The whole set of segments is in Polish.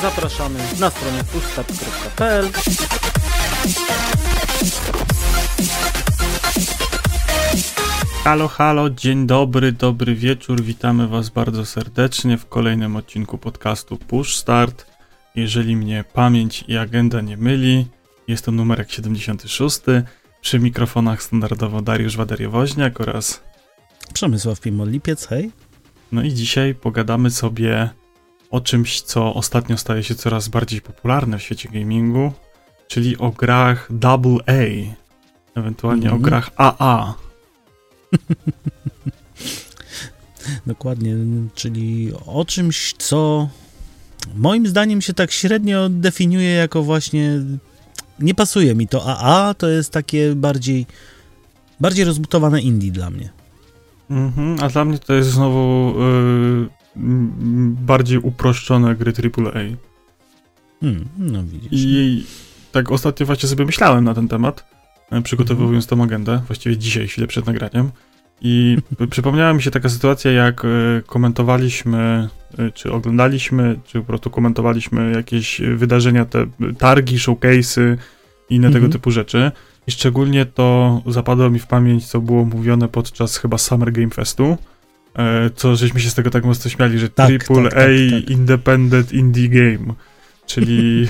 Zapraszamy na stronę pushstart.pl. Halo, halo, dzień dobry, dobry wieczór, witamy Was bardzo serdecznie w kolejnym odcinku podcastu Push Start. Jeżeli mnie pamięć i agenda nie myli, jest to numerek 76. Przy mikrofonach standardowo Dariusz Wadariowoźniak oraz Przemysław Pimol-Lipiec, hej. No i dzisiaj pogadamy sobie o czymś, co ostatnio staje się coraz bardziej popularne w świecie gamingu, czyli o grach AA, ewentualnie o grach AA. Dokładnie, czyli o czymś, co moim zdaniem się tak średnio definiuje jako właśnie, nie pasuje mi to AA, to jest takie bardziej rozbudowane indie dla mnie. A dla mnie to jest znowu bardziej uproszczone gry AAA. No widzisz. I tak ostatnio właśnie sobie myślałem na ten temat, przygotowując tą agendę, właściwie dzisiaj, chwilę przed nagraniem. I przypomniała mi się taka sytuacja, jak komentowaliśmy, czy oglądaliśmy, czy po prostu komentowaliśmy jakieś wydarzenia, te targi, showcase'y i inne tego typu rzeczy. I szczególnie to zapadło mi w pamięć, co było mówione podczas chyba Summer Game Festu, co żeśmy się z tego tak mocno śmiali, że AAA Independent Indie Game, czyli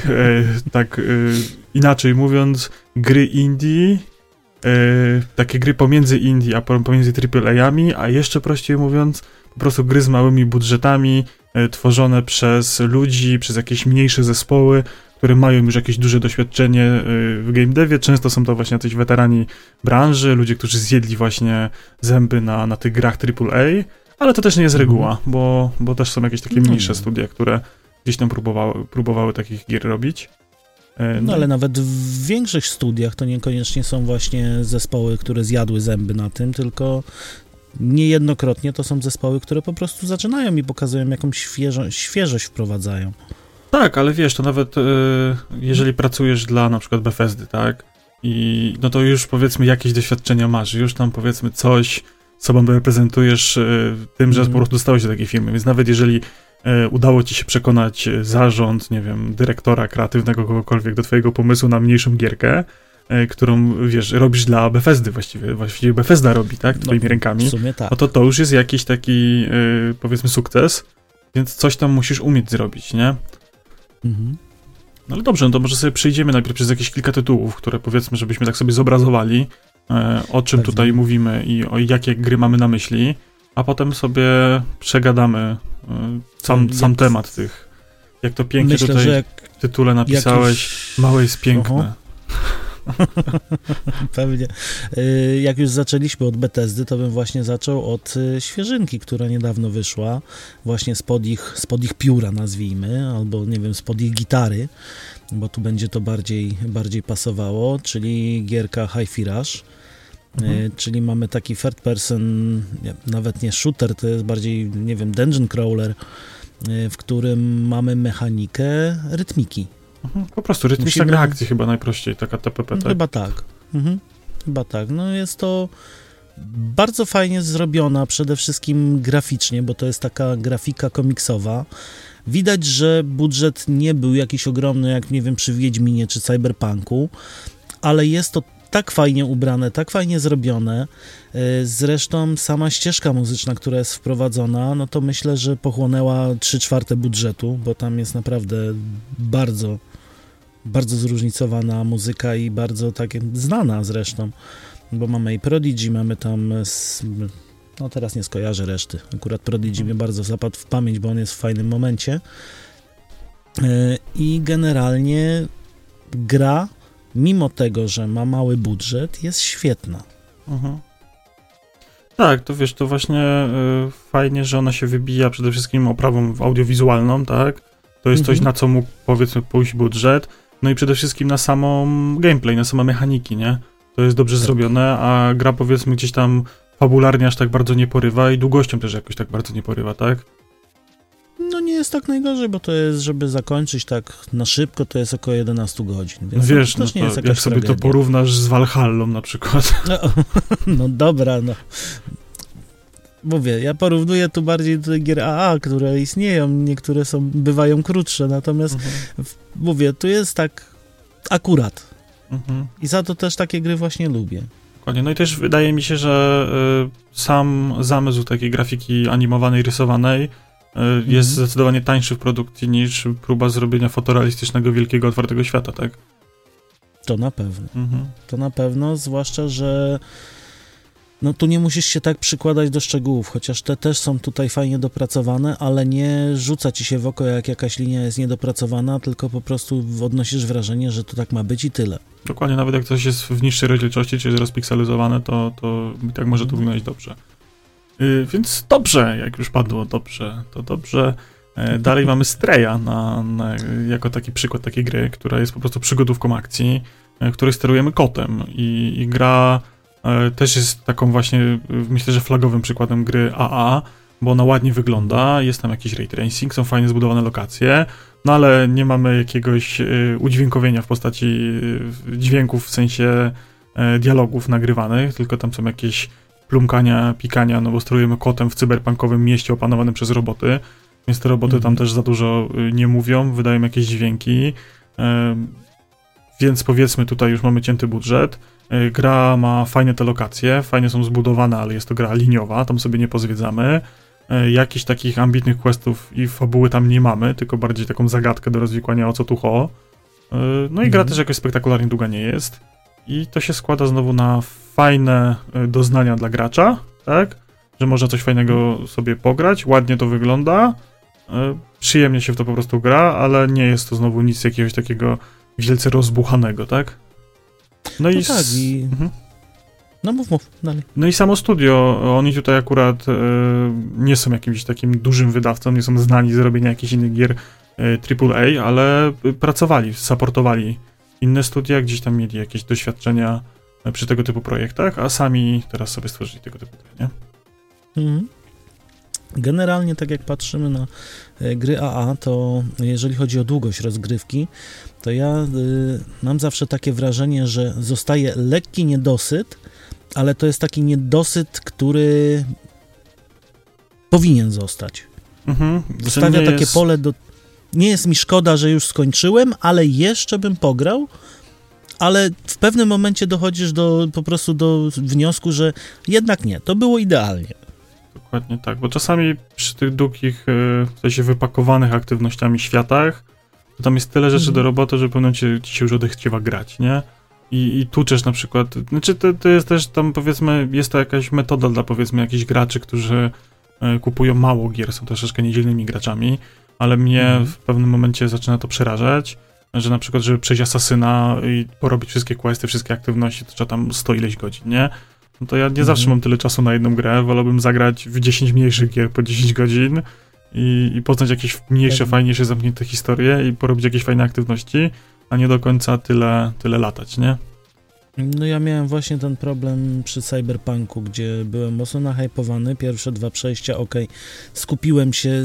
inaczej mówiąc, gry indie, takie gry pomiędzy indie, a pomiędzy AAA-ami, a jeszcze prościej mówiąc, po prostu gry z małymi budżetami, tworzone przez ludzi, przez jakieś mniejsze zespoły, które mają już jakieś duże doświadczenie w game devie. Często są to właśnie jacyś weterani branży, ludzie, którzy zjedli właśnie zęby na tych grach AAA, ale to też nie jest reguła, bo też są jakieś takie mniejsze studia, które gdzieś tam próbowały takich gier robić. No ale nawet w większych studiach to niekoniecznie są właśnie zespoły, które zjadły zęby na tym, tylko niejednokrotnie to są zespoły, które po prostu zaczynają i pokazują jakąś świeżość wprowadzają. Tak, ale wiesz, to nawet jeżeli pracujesz dla na przykład Bethesdy, tak? I no to już powiedzmy jakieś doświadczenia masz, już tam powiedzmy coś, sobą reprezentujesz tym, że po prostu dostałeś do takiej firmy, więc nawet jeżeli udało ci się przekonać zarząd, nie wiem, dyrektora kreatywnego, kogokolwiek do twojego pomysłu na mniejszą gierkę, którą, wiesz, robisz dla Bethesdy właściwie Bethesda robi, tak, twoimi rękami, w sumie tak. no to już jest jakiś taki, powiedzmy, sukces, więc coś tam musisz umieć zrobić, nie? No ale dobrze, no to może sobie przejdziemy najpierw przez jakieś kilka tytułów, które powiedzmy, żebyśmy tak sobie zobrazowali, o czym tutaj mówimy i o jakie gry mamy na myśli, a potem sobie przegadamy sam temat tych. Jak to pięknie myślę, tutaj w tytule napisałeś, małe jest piękne. Pewnie. Jak już zaczęliśmy od Bethesdy, to bym właśnie zaczął od świeżynki, która niedawno wyszła, właśnie spod ich pióra, nazwijmy, albo nie wiem, spod ich gitary, bo tu będzie to bardziej pasowało, czyli gierka Hi-Fi Rush. Czyli mamy taki third person, nawet nie shooter, to jest bardziej, nie wiem, dungeon crawler, w którym mamy mechanikę rytmiki. Po prostu rytmiczna gra akcji chyba najprościej, taka TPP, tak? Chyba tak. Chyba tak. No jest to bardzo fajnie zrobiona, przede wszystkim graficznie, bo to jest taka grafika komiksowa. Widać, że budżet nie był jakiś ogromny, jak nie wiem, przy Wiedźminie czy Cyberpunku, ale jest to tak fajnie ubrane, tak fajnie zrobione. Zresztą sama ścieżka muzyczna, która jest wprowadzona, no to myślę, że pochłonęła 3/4 budżetu, bo tam jest naprawdę bardzo zróżnicowana muzyka i bardzo takie znana zresztą, bo mamy i Prodigy, mamy tam, no teraz nie skojarzę reszty, akurat Prodigy mnie bardzo zapadł w pamięć, bo on jest w fajnym momencie i generalnie gra, mimo tego, że ma mały budżet, jest świetna. Tak, to wiesz, to właśnie fajnie, że ona się wybija przede wszystkim oprawą audiowizualną, tak? To jest coś, na co mógł, powiedzmy, pójść budżet, no i przede wszystkim na samą gameplay, na same mechaniki, nie? To jest dobrze zrobione, a gra, powiedzmy, gdzieś tam fabularnie aż tak bardzo nie porywa i długością też jakoś tak bardzo nie porywa, tak? No nie jest tak najgorzej, bo to jest, żeby zakończyć tak na szybko, to jest około 11 godzin. Więc wiesz, to też nie jest jakaś jak sobie tragedia. to porównasz z Valhallą na przykład. No dobra, no. mówię, ja porównuję tu bardziej do gier AA, które istnieją, niektóre bywają krótsze, natomiast mówię, tu jest tak akurat. I za to też takie gry właśnie lubię. Dokładnie. No i też wydaje mi się, że sam zamysł takiej grafiki animowanej, rysowanej jest zdecydowanie tańszy w produkcji niż próba zrobienia fotorealistycznego, wielkiego, otwartego świata, tak? To na pewno. To na pewno, zwłaszcza, że no tu nie musisz się tak przykładać do szczegółów, chociaż te też są tutaj fajnie dopracowane, ale nie rzuca ci się w oko, jak jakaś linia jest niedopracowana, tylko po prostu odnosisz wrażenie, że to tak ma być i tyle. Dokładnie, nawet jak coś jest w niższej rozdzielczości, czy jest rozpikselizowane, to i tak może to wyglądać dobrze. Więc dobrze, jak już padło, dobrze, to dobrze. Dalej mamy Straya jako taki przykład takiej gry, która jest po prostu przygodówką akcji, której sterujemy kotem i gra też jest taką właśnie, myślę, że flagowym przykładem gry AA, bo ona ładnie wygląda, jest tam jakiś ray tracing, są fajnie zbudowane lokacje, no ale nie mamy jakiegoś udźwiękowienia w postaci dźwięków, w sensie dialogów nagrywanych, tylko tam są jakieś plumkania, pikania, no bo sterujemy kotem w cyberpunkowym mieście opanowanym przez roboty, więc te roboty tam też za dużo nie mówią, wydają jakieś dźwięki, więc powiedzmy tutaj już mamy cięty budżet. Gra ma fajne te lokacje, fajnie są zbudowane, ale jest to gra liniowa, tam sobie nie pozwiedzamy. Jakichś takich ambitnych questów i fabuły tam nie mamy, tylko bardziej taką zagadkę do rozwikłania, o co tu chodzi. No i gra też jakoś spektakularnie długa nie jest. I to się składa znowu na fajne doznania dla gracza, tak? Że można coś fajnego sobie pograć, ładnie to wygląda, przyjemnie się w to po prostu gra, ale nie jest to znowu nic jakiegoś takiego wielce rozbuchanego, tak? No i tak, no mów dalej. No i samo studio, oni tutaj akurat nie są jakimś takim dużym wydawcą, nie są znani z robienia jakichś innych gier AAA, ale pracowali, supportowali inne studia, gdzieś tam mieli jakieś doświadczenia przy tego typu projektach, a sami teraz sobie stworzyli tego typu gry, nie? Generalnie, tak jak patrzymy na gry AA, to jeżeli chodzi o długość rozgrywki, to ja mam zawsze takie wrażenie, że zostaje lekki niedosyt, ale to jest taki niedosyt, który powinien zostać. Zostawia takie pole do... Nie jest mi szkoda, że już skończyłem, ale jeszcze bym pograł, ale w pewnym momencie dochodzisz po prostu do wniosku, że jednak nie, to było idealnie. Dokładnie tak, bo czasami przy tych długich, w sensie wypakowanych aktywnościami światach, to tam jest tyle rzeczy do roboty, że pewno ci się już odechciewa grać, nie? I tuczesz na przykład, znaczy to jest też tam powiedzmy, jest to jakaś metoda dla powiedzmy jakichś graczy, którzy kupują mało gier, są troszeczkę niedzielnymi graczami, ale mnie w pewnym momencie zaczyna to przerażać, że na przykład, żeby przejść Asasyna i porobić wszystkie questy, wszystkie aktywności, to trzeba tam 100 ileś godzin, nie? No to ja nie zawsze mam tyle czasu na jedną grę, wolałbym zagrać w 10 mniejszych gier po 10 godzin i poznać jakieś mniejsze, fajniejsze, zamknięte historie i porobić jakieś fajne aktywności, a nie do końca tyle latać, nie? No ja miałem właśnie ten problem przy Cyberpunku, gdzie byłem mocno nahypowany, pierwsze 2 przejścia, skupiłem się,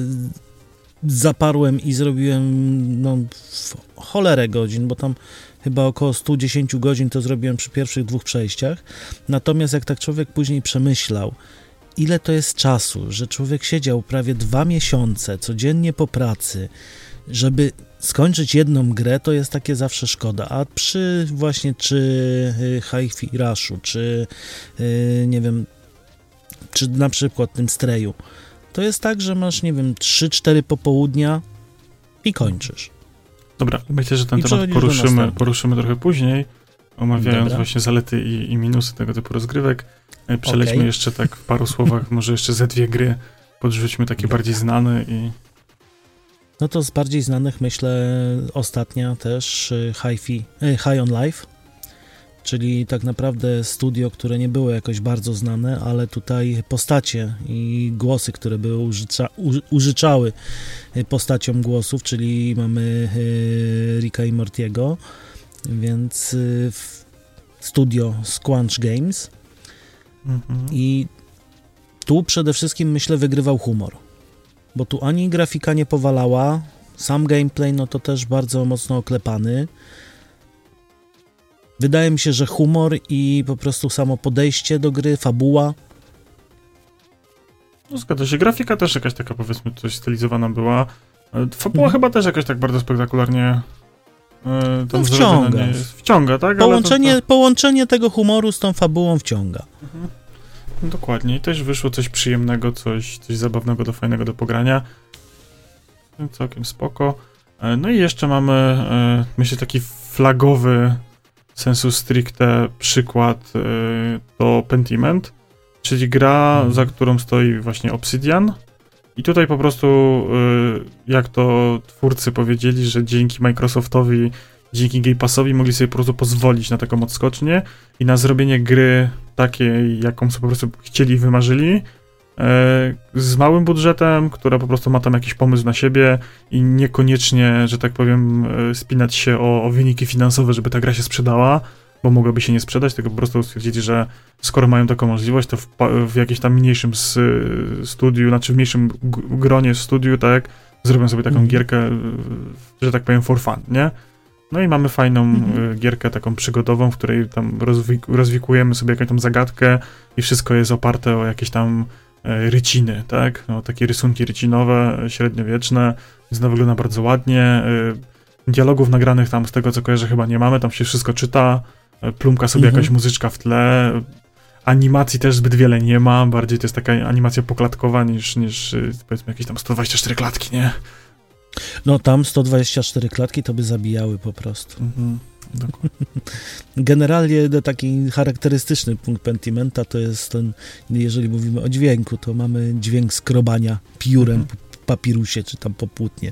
zaparłem i zrobiłem cholerę godzin, bo tam chyba około 110 godzin to zrobiłem przy pierwszych 2 przejściach, natomiast jak tak człowiek później przemyślał, ile to jest czasu, że człowiek siedział prawie 2 miesiące codziennie po pracy, żeby skończyć jedną grę, to jest takie zawsze szkoda, a przy właśnie czy Hi-Fi Rushu, czy nie wiem, czy na przykład tym Strayu, to jest tak, że masz, nie wiem, 3-4 popołudnia i kończysz. Dobra, myślę, że ten temat poruszymy trochę później, omawiając właśnie zalety i minusy tego typu rozgrywek. Przelećmy jeszcze tak w paru słowach, może jeszcze ze 2 gry podrzućmy takie bardziej znane i... No to z bardziej znanych myślę ostatnia też High on Life, czyli tak naprawdę studio, które nie było jakoś bardzo znane, ale tutaj postacie i głosy, które były użyczały postaciom głosów, czyli mamy Ricka i Mortiego, więc studio Squanch Games i tu przede wszystkim myślę wygrywał humor, bo tu ani grafika nie powalała, sam gameplay no to też bardzo mocno oklepany. Wydaje mi się, że humor i po prostu samo podejście do gry, fabuła No zgadza się, grafika też jakaś taka, powiedzmy, coś stylizowana była. Fabuła chyba też jakaś tak bardzo spektakularnie tam wciąga. Wciąga, tak? Połączenie tego humoru z tą fabułą wciąga. No, dokładnie. I też wyszło coś przyjemnego, coś zabawnego, fajnego do pogrania. Całkiem spoko. No i jeszcze mamy, myślę, taki flagowy sensu stricte przykład to Pentiment, czyli gra, za którą stoi właśnie Obsidian. I tutaj po prostu, jak to twórcy powiedzieli, że dzięki Microsoftowi, dzięki Game Passowi mogli sobie po prostu pozwolić na taką odskocznię i na zrobienie gry takiej, jaką sobie po prostu chcieli i wymarzyli, z małym budżetem, która po prostu ma tam jakiś pomysł na siebie i niekoniecznie, że tak powiem, spinać się o wyniki finansowe, żeby ta gra się sprzedała, bo mogłaby się nie sprzedać, tylko po prostu stwierdzili, że skoro mają taką możliwość, to w jakimś tam mniejszym studiu, znaczy w mniejszym gronie studiu, tak, zrobią sobie taką gierkę, że tak powiem, for fun, nie? No i mamy fajną gierkę taką przygodową, w której tam rozwikujemy sobie jakąś tam zagadkę i wszystko jest oparte o jakieś tam ryciny, tak? No, takie rysunki rycinowe, średniowieczne, więc to wygląda bardzo ładnie. Dialogów nagranych tam, z tego co kojarzę, chyba nie mamy, tam się wszystko czyta, plumka sobie jakaś muzyczka w tle, animacji też zbyt wiele nie ma, bardziej to jest taka animacja poklatkowa niż powiedzmy jakieś tam 124 klatki, nie? No tam 124 klatki to by zabijały po prostu. Generalnie taki charakterystyczny punkt Pentimenta to jest ten, jeżeli mówimy o dźwięku, to mamy dźwięk skrobania piórem po papirusie, czy tam po płótnie.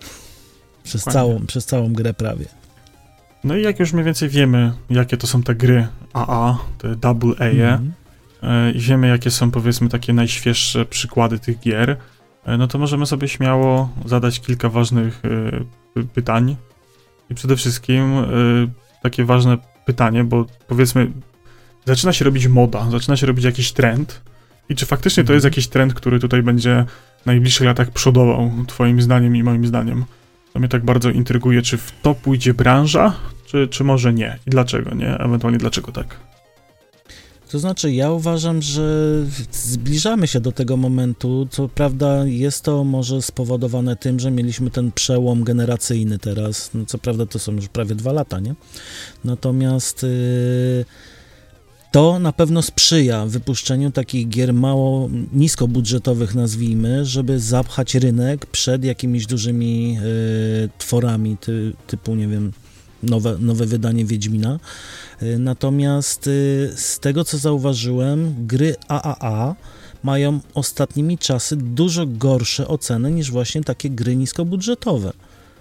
Przez całą grę prawie. No i jak już mniej więcej wiemy, jakie to są te gry AA, te double A, i wiemy, jakie są, powiedzmy, takie najświeższe przykłady tych gier, no to możemy sobie śmiało zadać kilka ważnych pytań. I przede wszystkim takie ważne pytanie, bo powiedzmy, zaczyna się robić moda, zaczyna się robić jakiś trend. I czy faktycznie to jest jakiś trend, który tutaj będzie w najbliższych latach przodował, twoim zdaniem i moim zdaniem? To mnie tak bardzo intryguje, czy w to pójdzie branża, czy może nie? I dlaczego nie? Ewentualnie dlaczego tak? To znaczy, ja uważam, że zbliżamy się do tego momentu. Co prawda jest to może spowodowane tym, że mieliśmy ten przełom generacyjny teraz. No, co prawda to są już prawie 2 lata, nie? Natomiast to na pewno sprzyja wypuszczeniu takich gier niskobudżetowych, nazwijmy, żeby zapchać rynek przed jakimiś dużymi tworami typu, nie wiem, nowe wydanie Wiedźmina. Natomiast z tego, co zauważyłem, gry AAA mają ostatnimi czasy dużo gorsze oceny niż właśnie takie gry niskobudżetowe.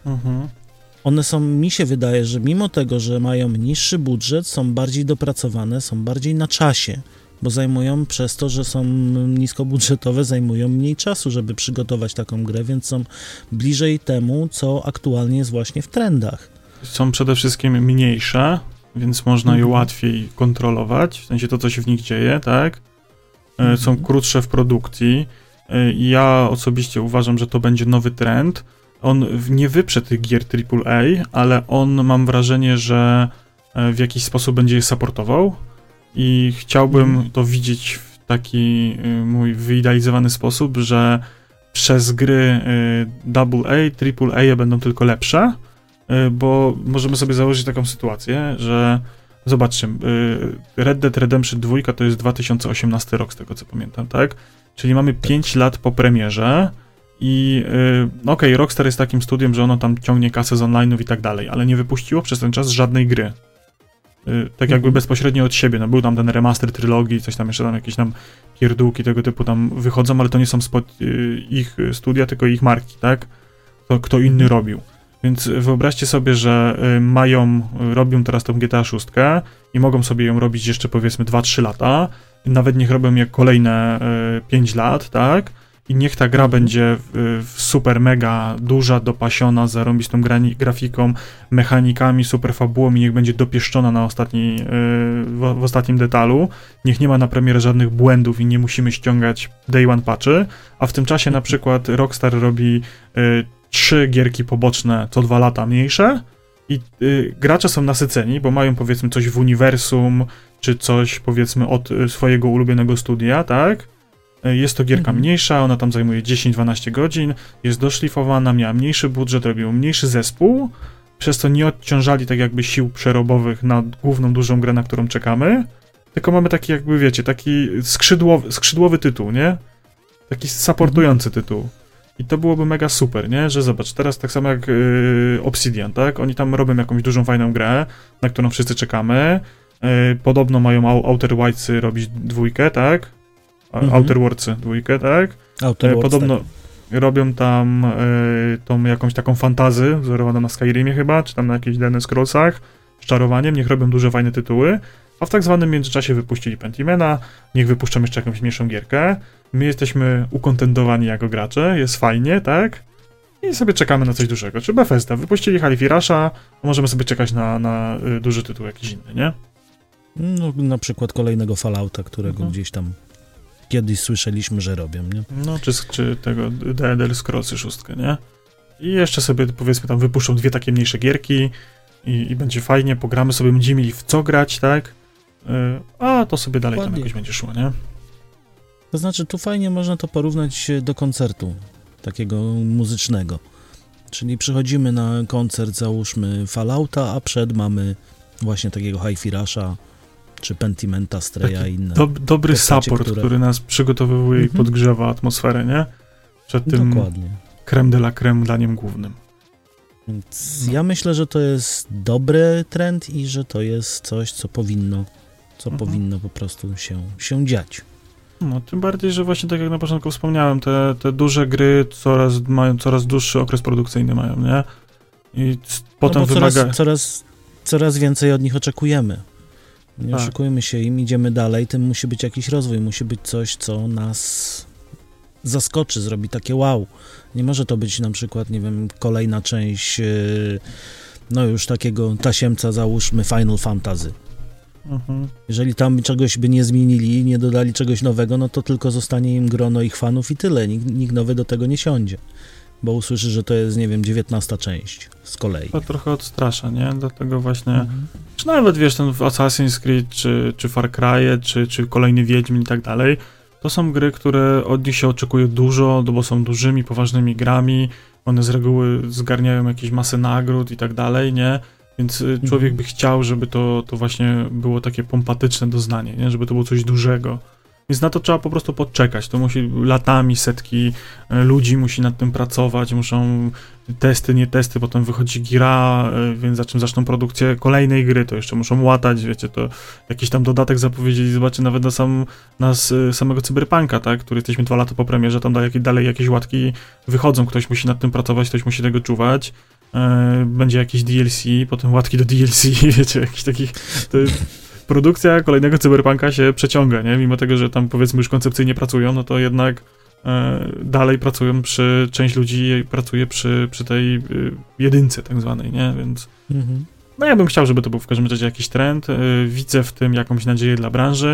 One są, mi się wydaje, że mimo tego, że mają niższy budżet, są bardziej dopracowane, są bardziej na czasie, bo zajmują przez to, że są niskobudżetowe, zajmują mniej czasu, żeby przygotować taką grę, więc są bliżej temu, co aktualnie jest właśnie w trendach. Są przede wszystkim mniejsze, więc można je łatwiej kontrolować, w sensie to, co się w nich dzieje, tak? Są krótsze w produkcji. Ja osobiście uważam, że to będzie nowy trend. On nie wyprze tych gier AAA, ale on, mam wrażenie, że w jakiś sposób będzie je supportował i chciałbym to widzieć w taki mój wyidealizowany sposób, że przez gry AA, AAA będą tylko lepsze, bo możemy sobie założyć taką sytuację, że zobaczcie, Red Dead Redemption 2 to jest 2018 rok, z tego co pamiętam, tak? Czyli mamy 5 lat po premierze i okej, Rockstar jest takim studiem, że ono tam ciągnie kasę z online'ów i tak dalej, ale nie wypuściło przez ten czas żadnej gry. Tak jakby bezpośrednio od siebie, no był tam ten remaster trylogii, coś tam jeszcze tam, jakieś tam pierdółki tego typu tam wychodzą, ale to nie są spod ich studia, tylko ich marki, tak? To kto inny robił. Więc wyobraźcie sobie, że robią teraz tą GTA 6 i mogą sobie ją robić jeszcze powiedzmy 2-3 lata, nawet niech robią je kolejne 5 lat, tak? I niech ta gra będzie super mega duża, dopasiona, zarąbistą grafiką, mechanikami, super fabułą i niech będzie dopieszczona na w ostatnim detalu. Niech nie ma na premierę żadnych błędów i nie musimy ściągać day one patchy, a w tym czasie na przykład Rockstar robi 3 gierki poboczne co 2 lata mniejsze i gracze są nasyceni, bo mają powiedzmy coś w uniwersum, czy coś powiedzmy od swojego ulubionego studia, tak? Jest to gierka mniejsza, ona tam zajmuje 10-12 godzin, jest doszlifowana, miała mniejszy budżet, robił mniejszy zespół, przez co nie odciążali tak jakby sił przerobowych na główną dużą grę, na którą czekamy, tylko mamy taki jakby, wiecie, taki skrzydłowy tytuł, nie? Taki supportujący tytuł. I to byłoby mega super, nie? Że zobacz, teraz tak samo jak Obsidian, tak? Oni tam robią jakąś dużą, fajną grę, na którą wszyscy czekamy. Podobno mają Outer Wilds'y robić 2, tak? Outer Worlds'y 2, tak? Podobno tak. Robią tam tą jakąś taką fantazy, wzorowaną na Skyrimie chyba, czy tam na jakichś Elder Scrollsach, z czarowaniem, niech robią duże, fajne tytuły, a w tak zwanym międzyczasie wypuścili Pentimena, niech wypuszczą jeszcze jakąś mniejszą gierkę, my jesteśmy ukontentowani jako gracze, jest fajnie, tak? I sobie czekamy na coś dużego. Czy Bethesda, wypuścili Half-Life Rusha, możemy sobie czekać na duży tytuł jakiś inny, nie? No, na przykład kolejnego Fallouta, którego gdzieś tam kiedyś słyszeliśmy, że robią, nie? No, czy tego The Elder Scrollsy 6, nie? I jeszcze sobie, powiedzmy, tam wypuszczą 2 takie mniejsze gierki i będzie fajnie, pogramy sobie, będziemy mieli w co grać, tak? A to sobie dalej tam jakoś będzie szło, nie? To znaczy, tu fajnie można to porównać do koncertu, takiego muzycznego. Czyli przychodzimy na koncert, załóżmy Fallouta, a przed mamy właśnie takiego Hi-Fi Rusha, czy Pentimenta, Streya i inne. Dobry support, który nas przygotowuje i podgrzewa atmosferę, nie? Przed tym creme de la creme daniem głównym. Więc ja myślę, że to jest dobry trend i że to jest coś, co powinno po prostu się dziać. No, tym bardziej, że właśnie tak jak na początku wspomniałem, te duże gry mają coraz dłuższy okres produkcyjny mają, nie? I potem wymaga... Coraz więcej od nich oczekujemy. Nie oszukujmy się, im idziemy dalej, tym musi być jakiś rozwój, musi być coś, co nas zaskoczy, zrobi takie wow. Nie może to być na przykład, nie wiem, kolejna część, no już takiego tasiemca, załóżmy Final Fantasy. Jeżeli tam czegoś by nie zmienili, nie dodali czegoś nowego, no to tylko zostanie im grono ich fanów i tyle. Nikt nowy do tego nie siądzie, bo usłyszy, że to jest, nie wiem, 19 część z kolei. To trochę odstrasza, nie? Dlatego właśnie, czy nawet, wiesz, ten Assassin's Creed, czy Far Cry, czy kolejny Wiedźmin i tak dalej, to są gry, które od nich się oczekuje dużo, bo są dużymi, poważnymi grami, one z reguły zgarniają jakieś masę nagród i tak dalej, nie? Więc człowiek by chciał, żeby to właśnie było takie pompatyczne doznanie, nie? Żeby to było coś dużego. Więc na to trzeba po prostu poczekać. To musi latami, setki ludzi musi nad tym pracować, muszą testy, nie testy, potem wychodzi gra, więc zaczną produkcję kolejnej gry, to jeszcze muszą łatać, wiecie, to jakiś tam dodatek zapowiedzieli, zobaczcie, nawet na samego Cyberpunka, tak, który jesteśmy 2 lata po premierze, tam dalej jakieś łatki wychodzą, ktoś musi nad tym pracować, ktoś musi tego czuwać. Będzie jakieś DLC, potem łatki do DLC, wiecie, jakiś takich... Produkcja kolejnego Cyberpunka się przeciąga, nie? Mimo tego, że tam powiedzmy już koncepcyjnie pracują, no to jednak dalej pracują część ludzi pracuje przy tej jedynce tak zwanej, nie? Więc no ja bym chciał, żeby to był w każdym razie jakiś trend. Widzę w tym jakąś nadzieję dla branży.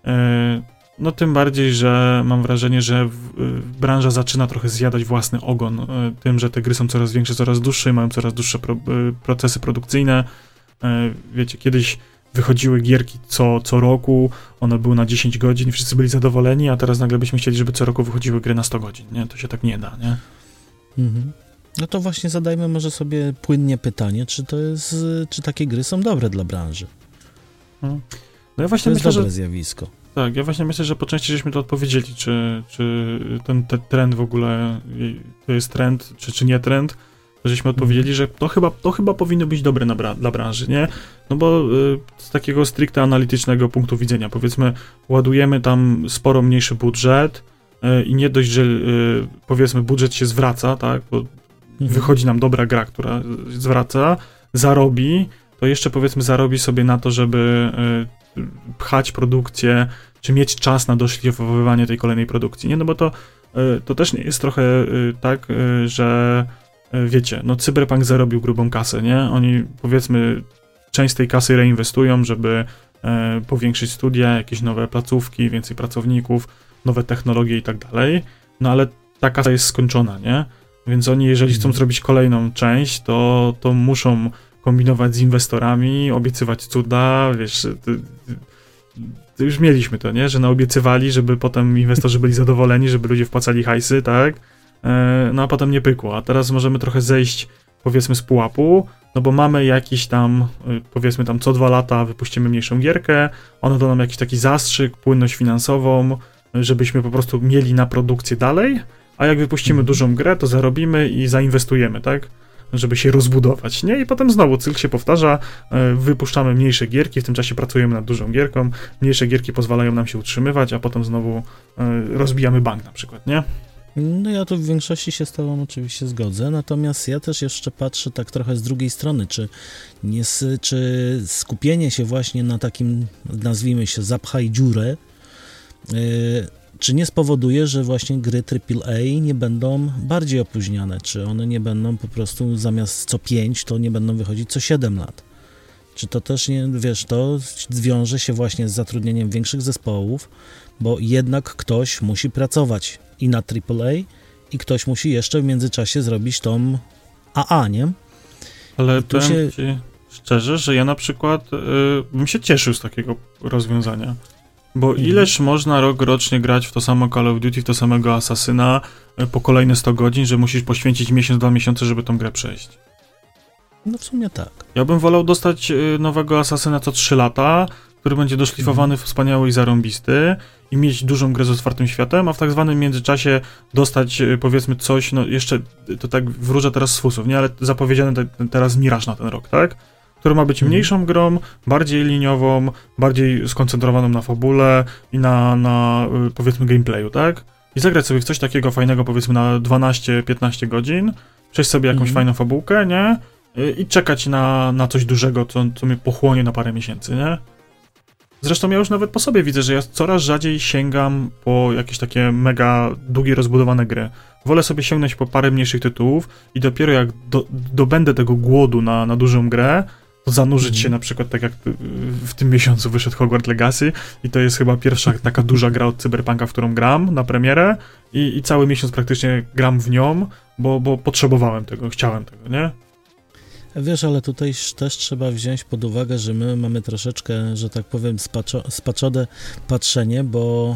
No tym bardziej, że mam wrażenie, że branża zaczyna trochę zjadać własny ogon tym, że te gry są coraz większe, coraz dłuższe i mają coraz dłuższe procesy produkcyjne. Wiecie, kiedyś wychodziły gierki co roku, one były na 10 godzin, wszyscy byli zadowoleni, a teraz nagle byśmy chcieli, żeby co roku wychodziły gry na 100 godzin, nie? To się tak nie da, nie? No to właśnie zadajmy może sobie płynnie pytanie, czy takie gry są dobre dla branży? No ja właśnie to jest myślę, dobre zjawisko. Tak, ja właśnie myślę, że po części żeśmy to odpowiedzieli, czy ten trend w ogóle to jest trend, czy nie trend, żeśmy odpowiedzieli, że to chyba powinno być dobre dla branży, nie? No bo z takiego stricte analitycznego punktu widzenia, powiedzmy, ładujemy tam sporo mniejszy budżet i nie dość, że powiedzmy budżet się zwraca, tak? Bo wychodzi nam dobra gra, która zwraca, zarobi, to jeszcze powiedzmy zarobi sobie na to, żeby pchać produkcję, czy mieć czas na doszlifowywanie tej kolejnej produkcji, nie? No bo to też nie jest trochę tak, że wiecie, no Cyberpunk zarobił grubą kasę, nie? Oni, powiedzmy, część tej kasy reinwestują, żeby powiększyć studia, jakieś nowe placówki, więcej pracowników, nowe technologie i tak dalej, no ale ta kasa jest skończona, nie? Więc oni, jeżeli chcą zrobić kolejną część, to muszą kombinować z inwestorami, obiecywać cuda, wiesz, już mieliśmy to, nie? Że naobiecywali, żeby potem inwestorzy byli zadowoleni, żeby ludzie wpłacali hajsy, tak? No a potem nie pykło. A teraz możemy trochę zejść, powiedzmy, z pułapu, no bo mamy jakiś tam, powiedzmy tam co 2 lata wypuścimy mniejszą gierkę, ona da nam jakiś taki zastrzyk, płynność finansową, żebyśmy po prostu mieli na produkcję dalej, a jak wypuścimy dużą grę, to zarobimy i zainwestujemy, tak? Żeby się rozbudować, nie? I potem znowu cykl się powtarza, wypuszczamy mniejsze gierki, w tym czasie pracujemy nad dużą gierką, mniejsze gierki pozwalają nam się utrzymywać, a potem znowu rozbijamy bank na przykład, nie? No ja tu w większości się z tobą oczywiście zgodzę, natomiast ja też jeszcze patrzę tak trochę z drugiej strony, czy skupienie się właśnie na takim, nazwijmy się, zapchaj dziurę, czy nie spowoduje, że właśnie gry AAA nie będą bardziej opóźniane, czy one nie będą po prostu zamiast co 5, to nie będą wychodzić co 7 lat. Czy to też nie, wiesz, to wiąże się właśnie z zatrudnieniem większych zespołów, bo jednak ktoś musi pracować i na AAA i ktoś musi jeszcze w międzyczasie zrobić tą AA, nie? Ale powiem ci szczerze, że ja na przykład bym się cieszył z takiego rozwiązania. Bo ileż można rocznie grać w to samo Call of Duty, w to samego Asasyna po kolejne 100 godzin, że musisz poświęcić miesiąc, 2 miesiące, żeby tą grę przejść. No w sumie tak. Ja bym wolał dostać nowego Asasyna co 3 lata, który będzie doszlifowany, wspaniały i zarąbisty i mieć dużą grę z otwartym światem, a w tak zwanym międzyczasie dostać, powiedzmy, coś, no jeszcze, to tak wróżę teraz z fusów, nie, ale zapowiedziany teraz Mirage na ten rok, tak? Który ma być mniejszą grą, bardziej liniową, bardziej skoncentrowaną na fabule i na powiedzmy gameplayu, tak? I zagrać sobie w coś takiego fajnego, powiedzmy na 12-15 godzin, przejść sobie jakąś fajną fabułkę, nie? I czekać na coś dużego, co mnie pochłonie na parę miesięcy, nie? Zresztą ja już nawet po sobie widzę, że ja coraz rzadziej sięgam po jakieś takie mega długie, rozbudowane gry. Wolę sobie sięgnąć po parę mniejszych tytułów i dopiero jak dobędę tego głodu na dużą grę, to zanurzyć się na przykład tak jak w tym miesiącu wyszedł Hogwarts Legacy i to jest chyba pierwsza taka duża gra od Cyberpunka, w którą gram na premierę i cały miesiąc praktycznie gram w nią, bo potrzebowałem tego, chciałem tego, nie? Wiesz, ale tutaj też trzeba wziąć pod uwagę, że my mamy troszeczkę, że tak powiem, spaczone patrzenie, bo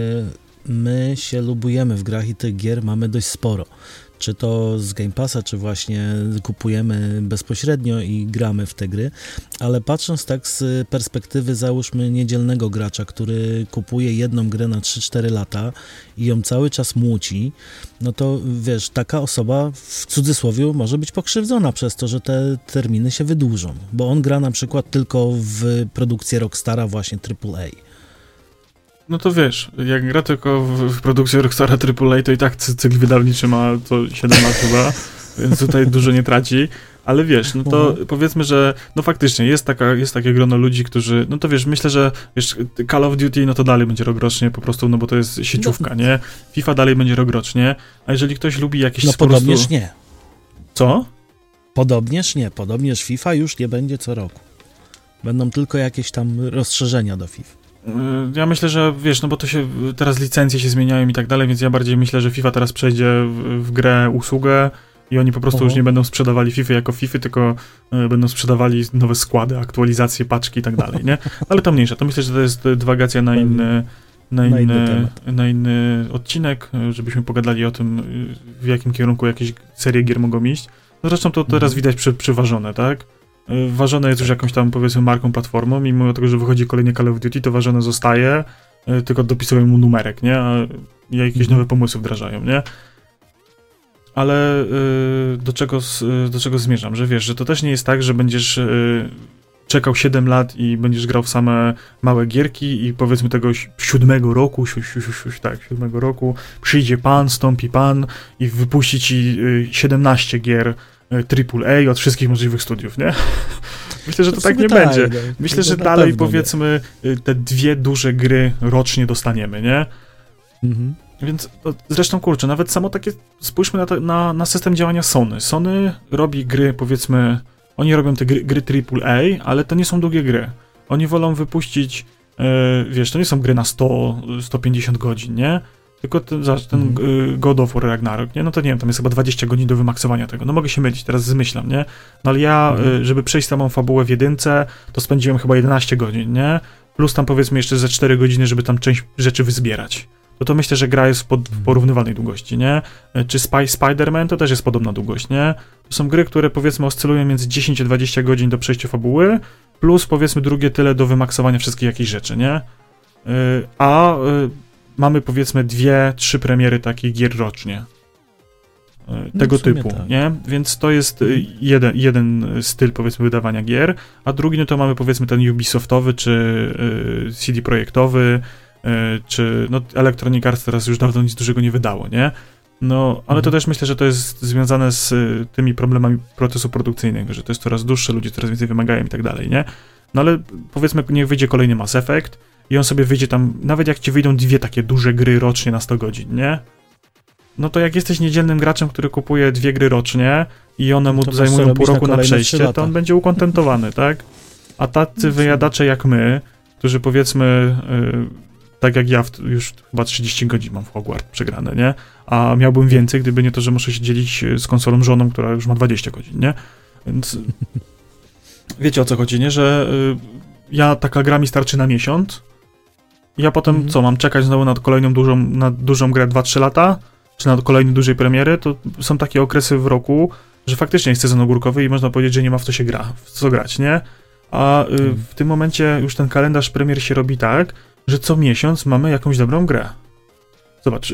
my się lubujemy w grach i tych gier mamy dość sporo. Czy to z Game Passa, czy właśnie kupujemy bezpośrednio i gramy w te gry, ale patrząc tak z perspektywy, załóżmy, niedzielnego gracza, który kupuje jedną grę na 3-4 lata i ją cały czas młóci, no to wiesz, taka osoba w cudzysłowie może być pokrzywdzona przez to, że te terminy się wydłużą, bo on gra na przykład tylko w produkcję Rockstara właśnie AAA. No to wiesz, jak gra tylko w produkcji Rockstara AAA, to i tak cykl wydawniczy ma to 7 lat chyba, więc tutaj dużo nie traci, ale wiesz, no to powiedzmy, że no faktycznie jest takie grono ludzi, którzy, no to wiesz, myślę, że wiesz, Call of Duty, no to dalej będzie rokrocznie po prostu, no bo to jest sieciówka, nie? FIFA dalej będzie rokrocznie, a jeżeli ktoś lubi jakieś no podobnież nie. Co? Podobnież FIFA już nie będzie co roku. Będą tylko jakieś tam rozszerzenia do FIFA. Ja myślę, że wiesz, no bo to się teraz licencje się zmieniają i tak dalej, więc ja bardziej myślę, że FIFA teraz przejdzie w grę usługę i oni po prostu już nie będą sprzedawali FIFA jako FIFA, tylko będą sprzedawali nowe składy, aktualizacje, paczki i tak dalej, nie? Ale to mniejsza, to myślę, że to jest dywagacja na inny odcinek, żebyśmy pogadali o tym, w jakim kierunku jakieś serie gier mogą iść. No zresztą to teraz widać przyważone, tak? Ważone jest już jakąś tam, powiedzmy, marką, platformą i mimo tego, że wychodzi kolejny Call of Duty, to ważone zostaje, tylko dopisują mu numerek, nie? A jakieś nowe pomysły wdrażają, nie? Ale do czego zmierzam? Że wiesz, że to też nie jest tak, że będziesz czekał 7 lat i będziesz grał w same małe gierki i powiedzmy tego 7 roku, 7 roku przyjdzie pan, stąpi pan i wypuści ci 17 gier AAA od wszystkich możliwych studiów, nie? Myślę, że to tak nie będzie. Myślę, że dalej, powiedzmy, te 2 duże gry rocznie dostaniemy, nie? Więc zresztą, kurczę, nawet samo takie, spójrzmy na system działania Sony. Sony robi gry, powiedzmy, oni robią te gry AAA, ale to nie są długie gry. Oni wolą wypuścić, wiesz, to nie są gry na 100-150 godzin, nie? Tylko ten God of War Ragnarok, nie? No to nie wiem, tam jest chyba 20 godzin do wymaksowania tego. No mogę się mylić, teraz zmyślam, nie? No ale ja, żeby przejść samą fabułę w jedynce, to spędziłem chyba 11 godzin, nie? Plus tam powiedzmy jeszcze ze 4 godziny, żeby tam część rzeczy wyzbierać. To myślę, że gra jest w porównywalnej długości, nie? Czy Spider-Man to też jest podobna długość, nie? To są gry, które powiedzmy oscylują między 10 a 20 godzin do przejścia fabuły, plus powiedzmy drugie tyle do wymaksowania wszystkich jakichś rzeczy, nie? Mamy powiedzmy 2-3 premiery takich gier rocznie. Tego typu, tak. Nie? Więc to jest jeden styl powiedzmy wydawania gier, a drugi no to mamy powiedzmy ten Ubisoftowy, czy CD Projektowy, czy no Electronic Arts teraz już dawno nic dużego nie wydało, nie? No, ale to też myślę, że to jest związane z tymi problemami procesu produkcyjnego, że to jest coraz dłuższe, ludzie coraz więcej wymagają i tak dalej, nie? No ale powiedzmy, niech wyjdzie kolejny Mass Effect i on sobie wyjdzie tam, nawet jak ci wyjdą 2 takie duże gry rocznie na 100 godzin, nie? No to jak jesteś niedzielnym graczem, który kupuje 2 gry rocznie i one mu zajmują pół roku na przejście, to on będzie ukontentowany, tak? A tacy wyjadacze jak my, którzy powiedzmy, tak jak ja już chyba 30 godzin mam w Hogwarts przegrane, nie? A miałbym więcej, gdyby nie to, że muszę się dzielić z konsolą żoną, która już ma 20 godzin, nie? Więc wiecie o co chodzi, nie? Że taka gra mi starczy na miesiąc, ja potem co, mam czekać znowu na kolejną dużą grę 2-3 lata? Czy na kolejnej dużej premiery? To są takie okresy w roku, że faktycznie jest sezon ogórkowy i można powiedzieć, że nie ma w co się w co grać, nie? A w tym momencie już ten kalendarz premier się robi tak, że co miesiąc mamy jakąś dobrą grę. Zobacz,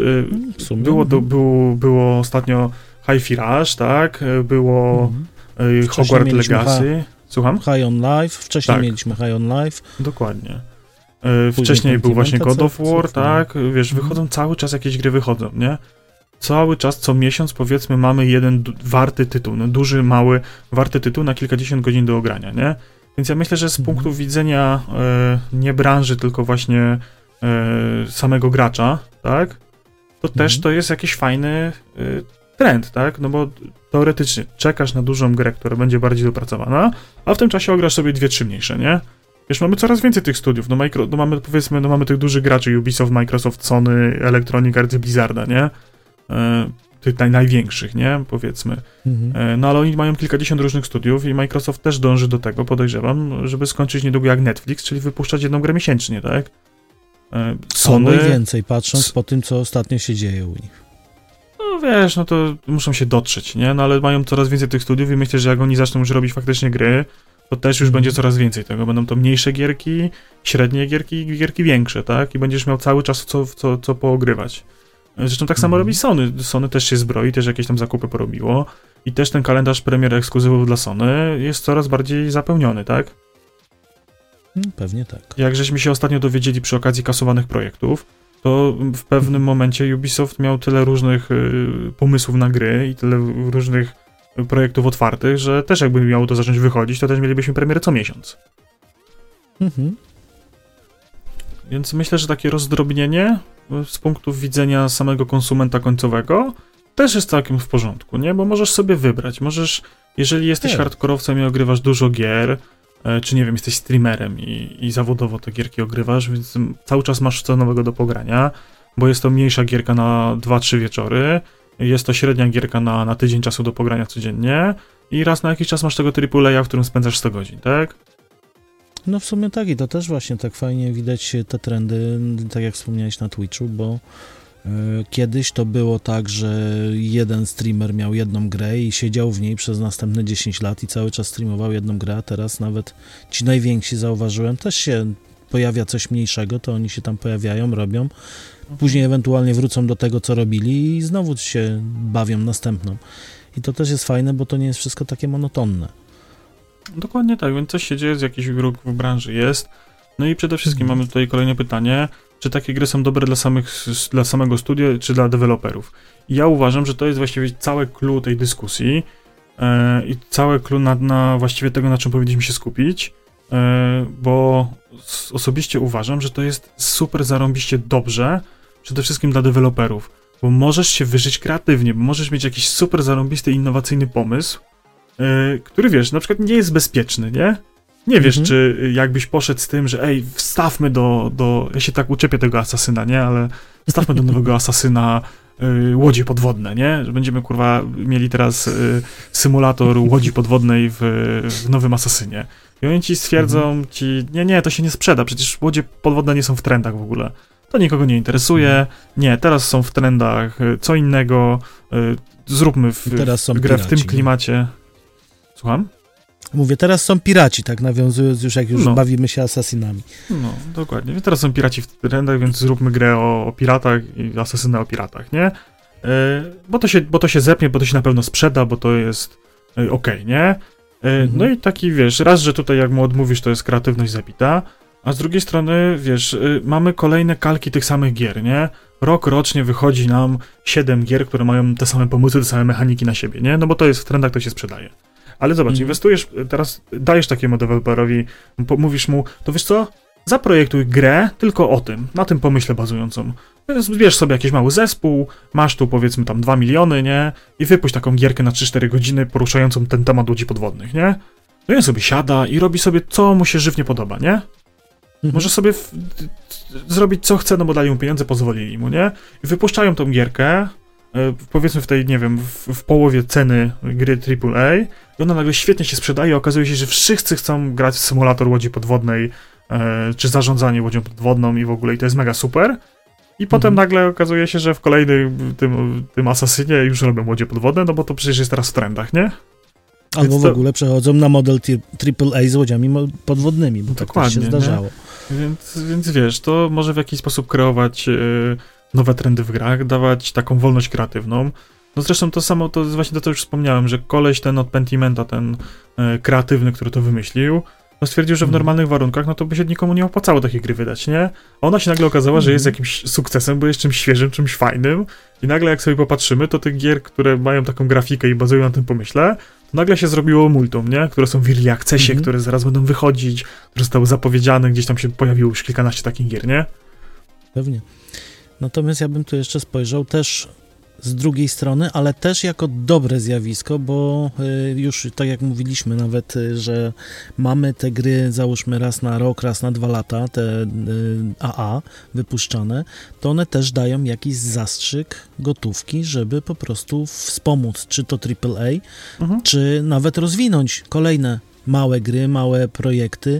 było ostatnio Hi-Fi Rush, tak? Było Hogwarts Legacy. Słucham? High on Life, wcześniej mieliśmy High on Life. Dokładnie. Wcześniej był właśnie God of War, tak? Wiesz, wychodzą cały czas jakieś gry wychodzą, nie? Cały czas, co miesiąc powiedzmy mamy jeden warty tytuł, no duży, mały, warty tytuł na kilkadziesiąt godzin do ogrania, nie? Więc ja myślę, że z punktu widzenia nie branży, tylko właśnie samego gracza, tak? To też to jest jakiś fajny trend, tak? No bo teoretycznie czekasz na dużą grę, która będzie bardziej dopracowana, a w tym czasie ograsz sobie 2-3 mniejsze, nie? Wiesz, mamy coraz więcej tych studiów, mamy powiedzmy, mamy tych dużych graczy, Ubisoft, Microsoft, Sony, Electronic Arts, Blizzarda, nie? Tych największych, nie? Powiedzmy. No ale oni mają kilkadziesiąt różnych studiów i Microsoft też dąży do tego, podejrzewam, żeby skończyć niedługo jak Netflix, czyli wypuszczać jedną grę miesięcznie, tak? Sony... Albo i więcej, patrząc po tym, co ostatnio się dzieje u nich. No wiesz, no to muszą się dotrzeć, nie? No ale mają coraz więcej tych studiów i myślę, że jak oni zaczną już robić faktycznie gry, to też już będzie coraz więcej tego. Będą to mniejsze gierki, średnie gierki i gierki większe, tak? I będziesz miał cały czas co poogrywać. Zresztą tak samo robi Sony. Sony też się zbroi, też jakieś tam zakupy porobiło i też ten kalendarz premier ekskluzywów dla Sony jest coraz bardziej zapełniony, tak? Pewnie tak. Jak żeśmy się ostatnio dowiedzieli przy okazji kasowanych projektów, to w pewnym momencie Ubisoft miał tyle różnych pomysłów na gry i tyle różnych projektów otwartych, że też jakby miało to zacząć wychodzić, to też mielibyśmy premierę co miesiąc. Więc myślę, że takie rozdrobnienie z punktu widzenia samego konsumenta końcowego też jest całkiem w porządku, nie? Bo możesz sobie wybrać, jeżeli jesteś hardkorowcem i ogrywasz dużo gier, czy nie wiem, jesteś streamerem i zawodowo te gierki ogrywasz, więc cały czas masz co nowego do pogrania, bo jest to mniejsza gierka na 2-3 wieczory, jest to średnia gierka na tydzień czasu do pogrania codziennie i raz na jakiś czas masz tego AAA, w którym spędzasz 100 godzin, tak? No w sumie tak i to też właśnie tak fajnie widać te trendy, tak jak wspomniałeś na Twitchu, bo kiedyś to było tak, że jeden streamer miał jedną grę i siedział w niej przez następne 10 lat i cały czas streamował jedną grę, a teraz nawet ci najwięksi, zauważyłem, też się pojawia coś mniejszego, to oni się tam pojawiają, robią, później ewentualnie wrócą do tego, co robili i znowu się bawią następną. I to też jest fajne, bo to nie jest wszystko takie monotonne. Dokładnie tak, więc coś się dzieje, jakiś ruch w branży jest. No i przede wszystkim mamy tutaj kolejne pytanie, czy takie gry są dobre dla samego studia, czy dla deweloperów. I ja uważam, że to jest właściwie całe clue tej dyskusji i całe clue na właściwie tego, na czym powinniśmy się skupić, bo osobiście uważam, że to jest super zarąbiście dobrze, przede wszystkim dla deweloperów, bo możesz się wyżyć kreatywnie, bo możesz mieć jakiś super zarąbisty, innowacyjny pomysł, który wiesz, na przykład nie jest bezpieczny, nie? nie wiesz, czy jakbyś poszedł z tym, że wstawmy ja się tak uczepię tego asasyna, nie, ale wstawmy do nowego asasyna łodzie podwodne, nie, że będziemy, kurwa, mieli teraz symulator łodzi podwodnej w nowym asasynie. I oni ci stwierdzą nie, to się nie sprzeda, przecież łodzie podwodne nie są w trendach w ogóle. To nikogo nie interesuje, nie, teraz są w trendach co innego, zróbmy grę w tym klimacie. Słucham? Mówię, teraz są piraci, tak nawiązując już, jak już bawimy się asasynami. No, dokładnie. Teraz są piraci w trendach, więc zróbmy grę o piratach i asasyny o piratach, nie? Bo to się zepnie, bo to się na pewno sprzeda, bo to jest okej, nie? No i taki, wiesz, raz, że tutaj jak mu odmówisz, to jest kreatywność zabita, a z drugiej strony, wiesz, mamy kolejne kalki tych samych gier, nie? Rocznie wychodzi nam 7 gier, które mają te same pomysły, te same mechaniki na siebie, nie? No bo to jest w trendach, to się sprzedaje. Ale zobacz, inwestujesz, teraz dajesz takiemu deweloperowi, mówisz mu, to wiesz co, zaprojektuj grę tylko o tym, na tym pomyśle bazującą. Bierz sobie jakiś mały zespół, masz tu powiedzmy tam 2 miliony, nie? I wypuść taką gierkę na 3-4 godziny poruszającą ten temat łodzi podwodnych, nie? No i on sobie siada i robi sobie, co mu się żywnie podoba, nie? Może sobie zrobić co chce, no bo dają mu pieniądze, pozwolili mu, nie? I wypuszczają tą gierkę, powiedzmy w tej, nie wiem, w połowie ceny gry AAA i ona nagle świetnie się sprzedaje, okazuje się, że wszyscy chcą grać w symulator łodzi podwodnej, czy zarządzanie łodzią podwodną i w ogóle, i to jest mega super. I potem nagle okazuje się, że w kolejnym tym asasynie już robią łodzie podwodne, no bo to przecież jest teraz w trendach, nie? Albo w ogóle przechodzą na model AAA z łodziami podwodnymi, bo tak też się zdarzało. Więc wiesz, to może w jakiś sposób kreować nowe trendy w grach, dawać taką wolność kreatywną. No zresztą to samo, to jest właśnie to, co już wspomniałem, że koleś ten od Pentimenta, ten kreatywny, który to wymyślił, no stwierdził, że w normalnych warunkach, no to by się nikomu nie opłacało takiej gry wydać, nie? A ona się nagle okazała, że jest jakimś sukcesem, bo jest czymś świeżym, czymś fajnym i nagle jak sobie popatrzymy, to tych gier, które mają taką grafikę i bazują na tym pomyśle, to nagle się zrobiło multum, nie? Które są w early accessie, które zaraz będą wychodzić, które zostały zapowiedziane, gdzieś tam się pojawiło już kilkanaście takich gier, nie? Pewnie. Natomiast ja bym tu jeszcze spojrzał też z drugiej strony, ale też jako dobre zjawisko, bo już tak jak mówiliśmy nawet, że mamy te gry załóżmy raz na rok, raz na 2 lata, te AA wypuszczane, to one też dają jakiś zastrzyk gotówki, żeby po prostu wspomóc, czy to AAA, czy nawet rozwinąć kolejne małe gry, małe projekty,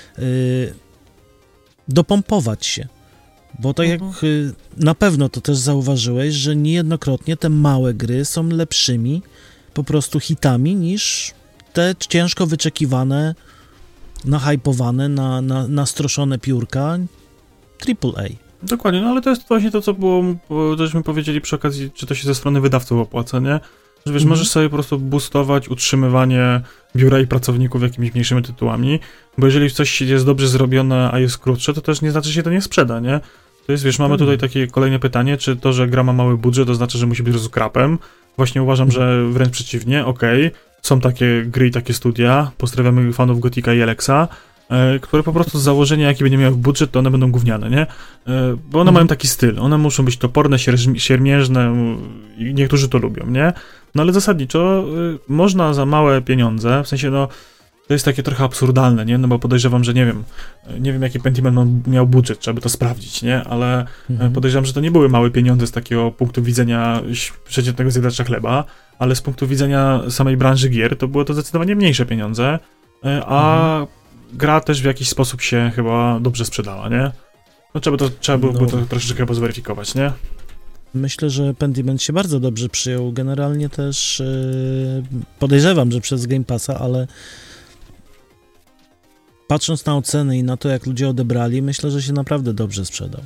dopompować się. Bo tak jak na pewno to też zauważyłeś, że niejednokrotnie te małe gry są lepszymi po prostu hitami niż te ciężko wyczekiwane, nahypowane, nastroszone piórka AAA. Dokładnie, no ale to jest właśnie to, co było, żeśmy powiedzieli przy okazji, czy to się ze strony wydawców opłaca, nie? Że wiesz, możesz sobie po prostu boostować utrzymywanie biura i pracowników jakimiś mniejszymi tytułami, bo jeżeli coś jest dobrze zrobione, a jest krótsze, to też nie znaczy, że się to nie sprzeda, nie? To jest, wiesz, mamy tutaj takie kolejne pytanie, czy to, że gra ma mały budżet, to znaczy, że musi być rozkrapem. Właśnie uważam, że wręcz przeciwnie, są takie gry i takie studia, pozdrawiamy fanów Gotika i Alexa, które po prostu z założenia, jaki będzie miał budżet, to one będą gówniane, nie? Bo one mają taki styl, one muszą być toporne, siermiężne i niektórzy to lubią, nie? No ale zasadniczo można za małe pieniądze, w sensie no to jest takie trochę absurdalne, nie? No bo podejrzewam, że nie wiem jaki Pentiment miał budżet, trzeba by to sprawdzić, nie? Ale podejrzewam, że to nie były małe pieniądze z takiego punktu widzenia przeciętnego zjadacza chleba, ale z punktu widzenia samej branży gier to było to zdecydowanie mniejsze pieniądze, a gra też w jakiś sposób się chyba dobrze sprzedała, nie? No trzeba było to troszeczkę chyba zweryfikować, nie? Myślę, że Pentiment się bardzo dobrze przyjął. Generalnie też podejrzewam, że przez Game Passa, ale patrząc na oceny i na to, jak ludzie odebrali, myślę, że się naprawdę dobrze sprzedał.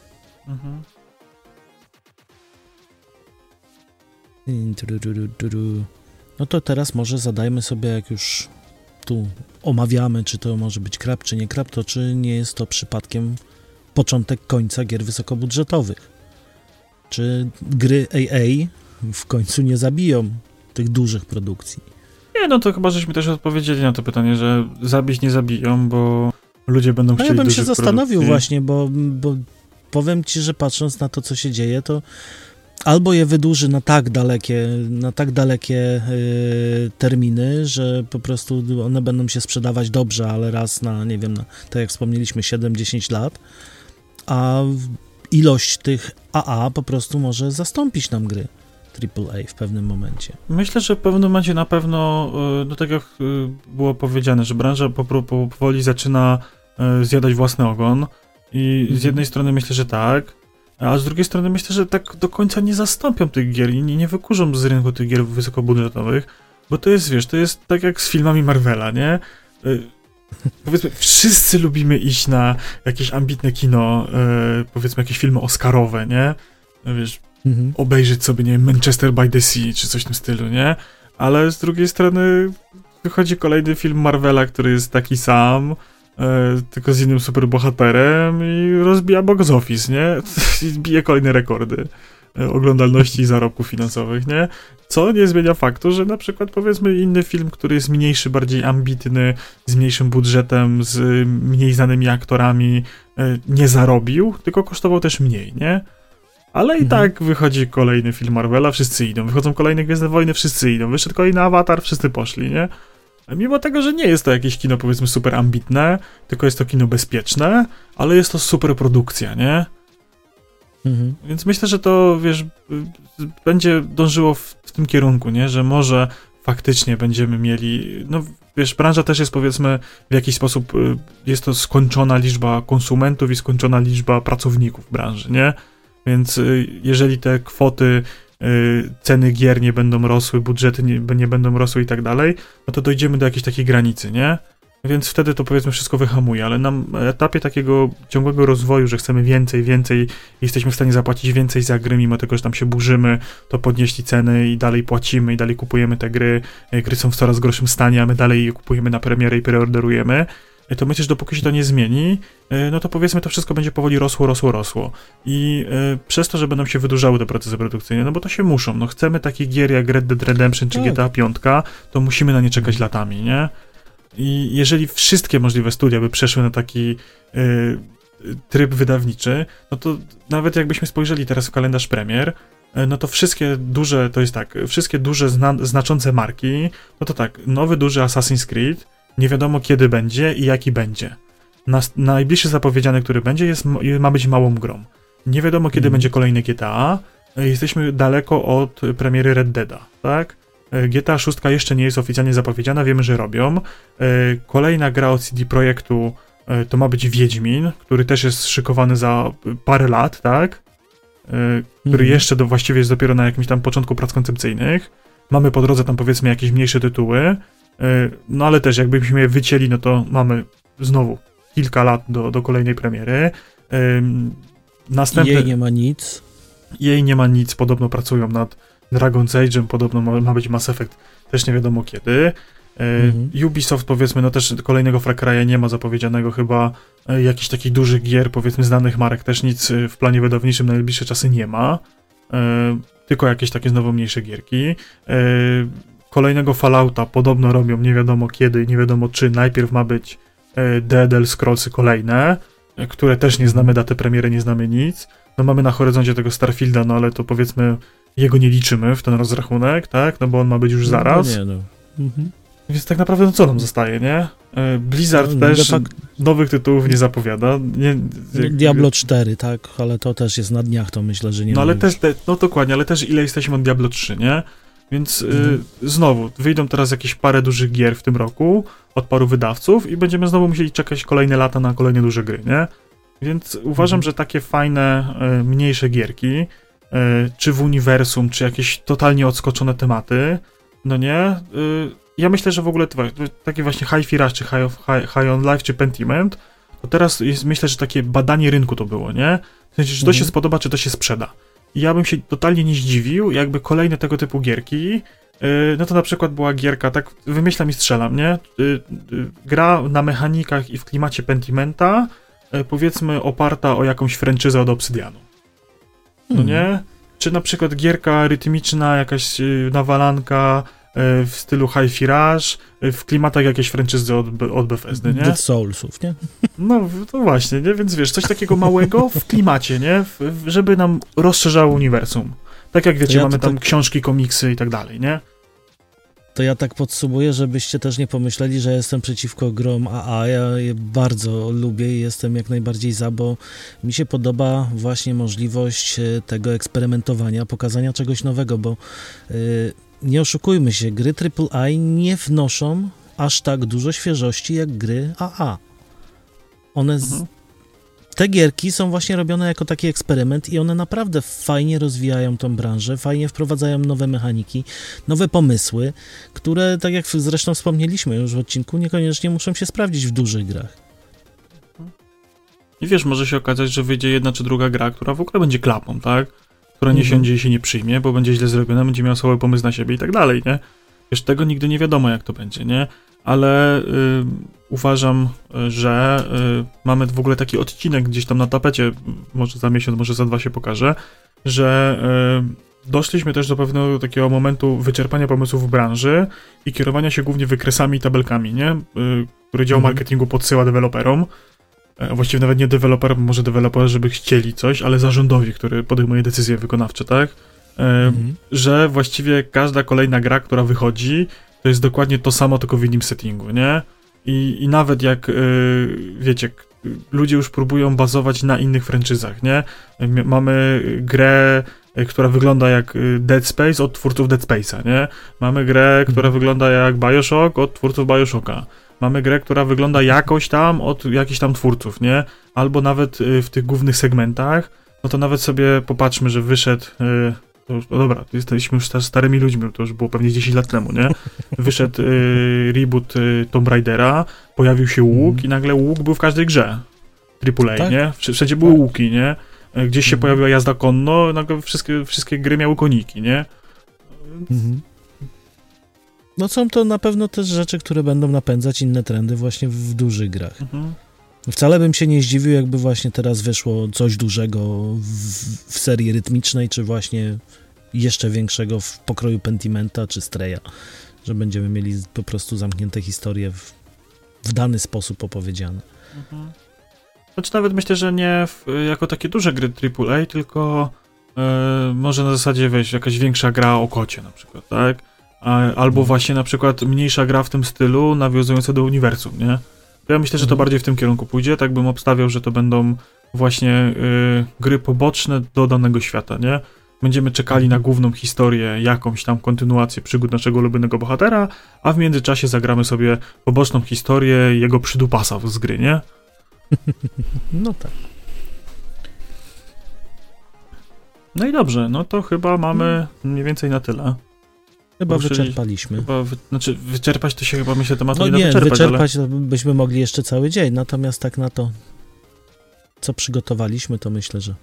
No to teraz może zadajmy sobie, jak już tu omawiamy, czy to może być krab, czy nie krab, to czy nie jest to przypadkiem początek końca gier wysokobudżetowych? Czy gry AA w końcu nie zabiją tych dużych produkcji? Nie, no to chyba żeśmy też odpowiedzieli na to pytanie, że zabić nie zabiją, bo ludzie będą chcieli ja bym się dużych zastanowił produkcji. właśnie, bo powiem ci, że patrząc na to, co się dzieje, to Albo je wydłuży na tak dalekie terminy, że po prostu one będą się sprzedawać dobrze, ale raz na, nie wiem, tak jak wspomnieliśmy, 7-10 lat, a ilość tych AA po prostu może zastąpić nam gry AAA w pewnym momencie. Myślę, że w pewnym momencie na pewno, no tak jak było powiedziane, że branża powoli zaczyna zjadać własny ogon i z jednej strony myślę, że tak, a z drugiej strony myślę, że tak do końca nie zastąpią tych gier i nie wykurzą z rynku tych gier wysokobudżetowych, bo to jest, wiesz, to jest tak jak z filmami Marvela, nie? Powiedzmy, wszyscy lubimy iść na jakieś ambitne kino, powiedzmy jakieś filmy oscarowe, nie? Wiesz, obejrzeć sobie, nie wiem, Manchester by the Sea, czy coś w tym stylu, nie? Ale z drugiej strony wychodzi kolejny film Marvela, który jest taki sam, tylko z innym superbohaterem i rozbija box office, nie? I bije kolejne rekordy oglądalności i zarobków finansowych, nie? Co nie zmienia faktu, że na przykład powiedzmy inny film, który jest mniejszy, bardziej ambitny, z mniejszym budżetem, z mniej znanymi aktorami, nie zarobił, tylko kosztował też mniej, nie? Ale i tak wychodzi kolejny film Marvela, wszyscy idą. Wychodzą kolejne Gwiezdne Wojny, wszyscy idą. Wyszedł kolejny Avatar, wszyscy poszli, nie? Mimo tego, że nie jest to jakieś kino, powiedzmy, super ambitne, tylko jest to kino bezpieczne, ale jest to super produkcja, nie? Więc myślę, że to, wiesz, będzie dążyło w tym kierunku, nie? Że może faktycznie będziemy mieli, no wiesz, branża też jest, powiedzmy, w jakiś sposób, jest to skończona liczba konsumentów i skończona liczba pracowników branży, nie? Więc jeżeli te kwoty, ceny gier nie będą rosły, budżety nie będą rosły i tak dalej, no to dojdziemy do jakiejś takiej granicy, nie? Więc wtedy to, powiedzmy, wszystko wyhamuje, ale na etapie takiego ciągłego rozwoju, że chcemy więcej, jesteśmy w stanie zapłacić więcej za gry, mimo tego, że tam się burzymy, to podnieśli ceny i dalej płacimy i dalej kupujemy te gry, gry są w coraz gorszym stanie, a my dalej je kupujemy na premierę i preorderujemy, to myślę, że dopóki się to nie zmieni, no to powiedzmy to wszystko będzie powoli rosło i przez to, że będą się wydłużały te procesy produkcyjne, no bo to się muszą, no chcemy takich gier jak Red Dead Redemption czy GTA 5, to musimy na nie czekać latami, nie? I jeżeli wszystkie możliwe studia by przeszły na taki tryb wydawniczy, no to nawet jakbyśmy spojrzeli teraz w kalendarz premier, no to wszystkie duże, to jest tak, wszystkie duże znaczące marki, no to tak, nowy duży Assassin's Creed, nie wiadomo kiedy będzie i jaki będzie. Najbliższy zapowiedziany, który będzie, ma być małą grą. Nie wiadomo kiedy będzie kolejny GTA, jesteśmy daleko od premiery Red Deada, tak? GTA 6 jeszcze nie jest oficjalnie zapowiedziana, wiemy, że robią. Kolejna gra od CD Projektu to ma być Wiedźmin, który też jest szykowany za parę lat, tak? Który jeszcze właściwie jest dopiero na jakimś tam początku prac koncepcyjnych. Mamy po drodze tam, powiedzmy, jakieś mniejsze tytuły, no ale też jakbyśmy je wycięli, no to mamy znowu kilka lat do kolejnej premiery. Jej nie ma nic. Jej nie ma nic, podobno pracują nad Dragon's Age'em, podobno ma być Mass Effect, też nie wiadomo kiedy. Ubisoft, powiedzmy, no też kolejnego Far Cry'a nie ma zapowiedzianego, chyba jakichś takich dużych gier, powiedzmy, znanych marek też nic w planie wydawniczym na najbliższe czasy nie ma, tylko jakieś takie znowu mniejsze gierki. Kolejnego Fallouta podobno robią, nie wiadomo kiedy, nie wiadomo czy, najpierw ma być The Elder Scrollsy kolejne, które też nie znamy daty premiery, nie znamy nic. No mamy na horyzoncie tego Starfielda, no ale to powiedzmy jego nie liczymy w ten rozrachunek, tak? No bo on ma być już zaraz. No nie, no. Więc tak naprawdę no co nam zostaje, nie? Blizzard też nowych tytułów nie zapowiada. Diablo 4, tak? Ale to też jest na dniach, to myślę, że nie. No ale też, no dokładnie, ale też ile jesteśmy od Diablo 3, nie? Więc znowu, wyjdą teraz jakieś parę dużych gier w tym roku od paru wydawców i będziemy znowu musieli czekać kolejne lata na kolejne duże gry, nie? Więc uważam, że takie fajne, mniejsze gierki, czy w uniwersum, czy jakieś totalnie odskoczone tematy, no nie? Ja myślę, że w ogóle takie właśnie Hi-Fi Rush, czy High on Life, czy Pentiment, to teraz jest, myślę, że takie badanie rynku to było, nie? W sensie, czy to się spodoba, czy to się sprzeda. I ja bym się totalnie nie zdziwił, jakby kolejne tego typu gierki, no to na przykład była gierka, tak wymyślam i strzelam, nie? Gra na mechanikach i w klimacie Pentimenta, powiedzmy oparta o jakąś franczyzę od Obsydianu. No nie? Czy na przykład gierka rytmiczna, jakaś nawalanka w stylu Hi-Fi Rush, w klimatach jakiejś franczyzy od Bethesdy, nie? Dead Soulsów, nie? No, to właśnie, nie? Więc wiesz, coś takiego małego w klimacie, nie? Żeby nam rozszerzało uniwersum. Tak jak wiecie, ja mamy to tam tak- książki, komiksy i tak dalej, nie? To ja tak podsumuję, żebyście też nie pomyśleli, że jestem przeciwko grom AA. Ja je bardzo lubię i jestem jak najbardziej za, bo mi się podoba właśnie możliwość tego eksperymentowania, pokazania czegoś nowego, bo nie oszukujmy się, gry AAA nie wnoszą aż tak dużo świeżości jak gry AA. Te gierki są właśnie robione jako taki eksperyment i one naprawdę fajnie rozwijają tą branżę, fajnie wprowadzają nowe mechaniki, nowe pomysły, które, tak jak zresztą wspomnieliśmy już w odcinku, niekoniecznie muszą się sprawdzić w dużych grach. I wiesz, może się okazać, że wyjdzie jedna czy druga gra, która w ogóle będzie klapą, tak? Która nie siądzie i się nie przyjmie, bo będzie źle zrobiona, będzie miała słaby pomysł na siebie i tak dalej, nie? Wiesz, tego nigdy nie wiadomo, jak to będzie, nie? Ale uważam, że mamy w ogóle taki odcinek gdzieś tam na tapecie, może za miesiąc, może za 2 się pokaże, że doszliśmy też do pewnego takiego momentu wyczerpania pomysłów w branży i kierowania się głównie wykresami i tabelkami, nie? Który dział marketingu podsyła deweloperom. Właściwie nawet nie deweloperom, może deweloperzy, żeby chcieli coś, ale zarządowi, który podejmuje decyzje wykonawcze, tak? Że właściwie każda kolejna gra, która wychodzi, to jest dokładnie to samo, tylko w innym settingu, nie? I nawet jak, wiecie, ludzie już próbują bazować na innych franczyzach, nie? Mamy grę, która wygląda jak Dead Space od twórców Dead Space'a, nie? Mamy grę, która wygląda jak BioShock od twórców BioShocka. Mamy grę, która wygląda jakoś tam od jakichś tam twórców, nie? Albo nawet w tych głównych segmentach, no to nawet sobie popatrzmy, że wyszedł... To już, no dobra, jesteśmy już starymi ludźmi, to już było pewnie 10 lat temu, nie? Wyszedł reboot Tomb Raidera, pojawił się łuk i nagle łuk był w każdej grze AAA, tak? Nie? Wszędzie były łuki, nie? Gdzieś się pojawiła jazda konno, nagle wszystkie gry miały koniki, nie? No są to na pewno też rzeczy, które będą napędzać inne trendy właśnie w dużych grach. Wcale bym się nie zdziwił, jakby właśnie teraz wyszło coś dużego w serii rytmicznej, czy właśnie jeszcze większego w pokroju Pentimenta czy Streya, że będziemy mieli po prostu zamknięte historie w dany sposób opowiedziane. Znaczy nawet myślę, że nie jako takie duże gry AAA, tylko może na zasadzie jakaś większa gra o kocie na przykład, tak? Albo właśnie na przykład mniejsza gra w tym stylu, nawiązująca do uniwersum, nie? Ja myślę, że to bardziej w tym kierunku pójdzie, tak bym obstawiał, że to będą właśnie gry poboczne do danego świata, nie? Będziemy czekali na główną historię, jakąś tam kontynuację przygód naszego ulubionego bohatera, a w międzyczasie zagramy sobie poboczną historię jego przydupasa z gry, nie? No tak. No i dobrze, no to chyba mamy mniej więcej na tyle. Chyba wyczerpaliśmy. Znaczy wyczerpać to się chyba, myślę, tematu nie da wyczerpać ale... byśmy mogli jeszcze cały dzień, natomiast tak na to, co przygotowaliśmy, to myślę, że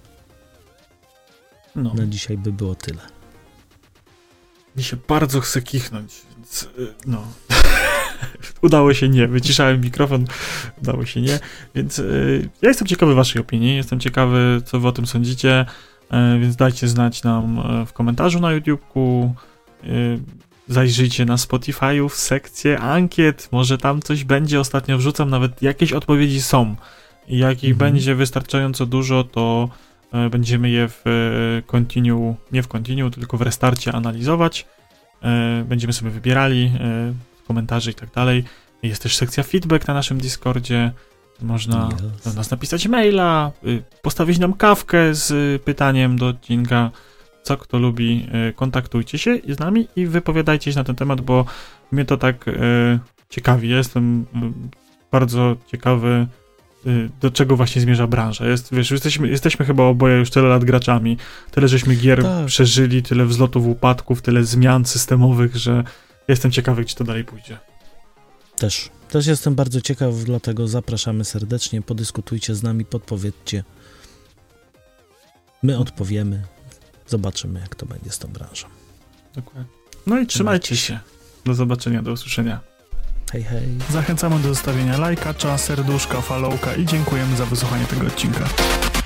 na dzisiaj by było tyle. Mi się bardzo chce kichnąć, więc no... Udało się nie, wyciszałem mikrofon, udało się nie, więc ja jestem ciekawy waszej opinii, jestem ciekawy, co wy o tym sądzicie, więc dajcie znać nam w komentarzu na YouTubeku, zajrzyjcie na Spotify'u w sekcję ankiet, może tam coś będzie, ostatnio wrzucam, nawet jakieś odpowiedzi są i jak ich będzie wystarczająco dużo, to będziemy je w nie w continue, tylko w restarcie analizować, będziemy sobie wybierali komentarzy i tak dalej. Jest też sekcja feedback na naszym Discordzie, można do nas napisać maila, postawić nam kawkę z pytaniem do odcinka, co kto lubi, kontaktujcie się z nami i wypowiadajcie się na ten temat, bo mnie to tak ciekawi. Ja jestem bardzo ciekawy, do czego właśnie zmierza branża. Jesteśmy chyba oboje już tyle lat graczami, tyle żeśmy gier przeżyli, tyle wzlotów, upadków, tyle zmian systemowych, że jestem ciekawy, gdzie to dalej pójdzie. Też jestem bardzo ciekaw, dlatego zapraszamy serdecznie, podyskutujcie z nami, podpowiedzcie. My odpowiemy. Zobaczymy, jak to będzie z tą branżą. Dokładnie. No i trzymajcie się. Do zobaczenia, do usłyszenia. Hej, hej. Zachęcamy do zostawienia lajka, serduszka, followka i dziękujemy za wysłuchanie tego odcinka.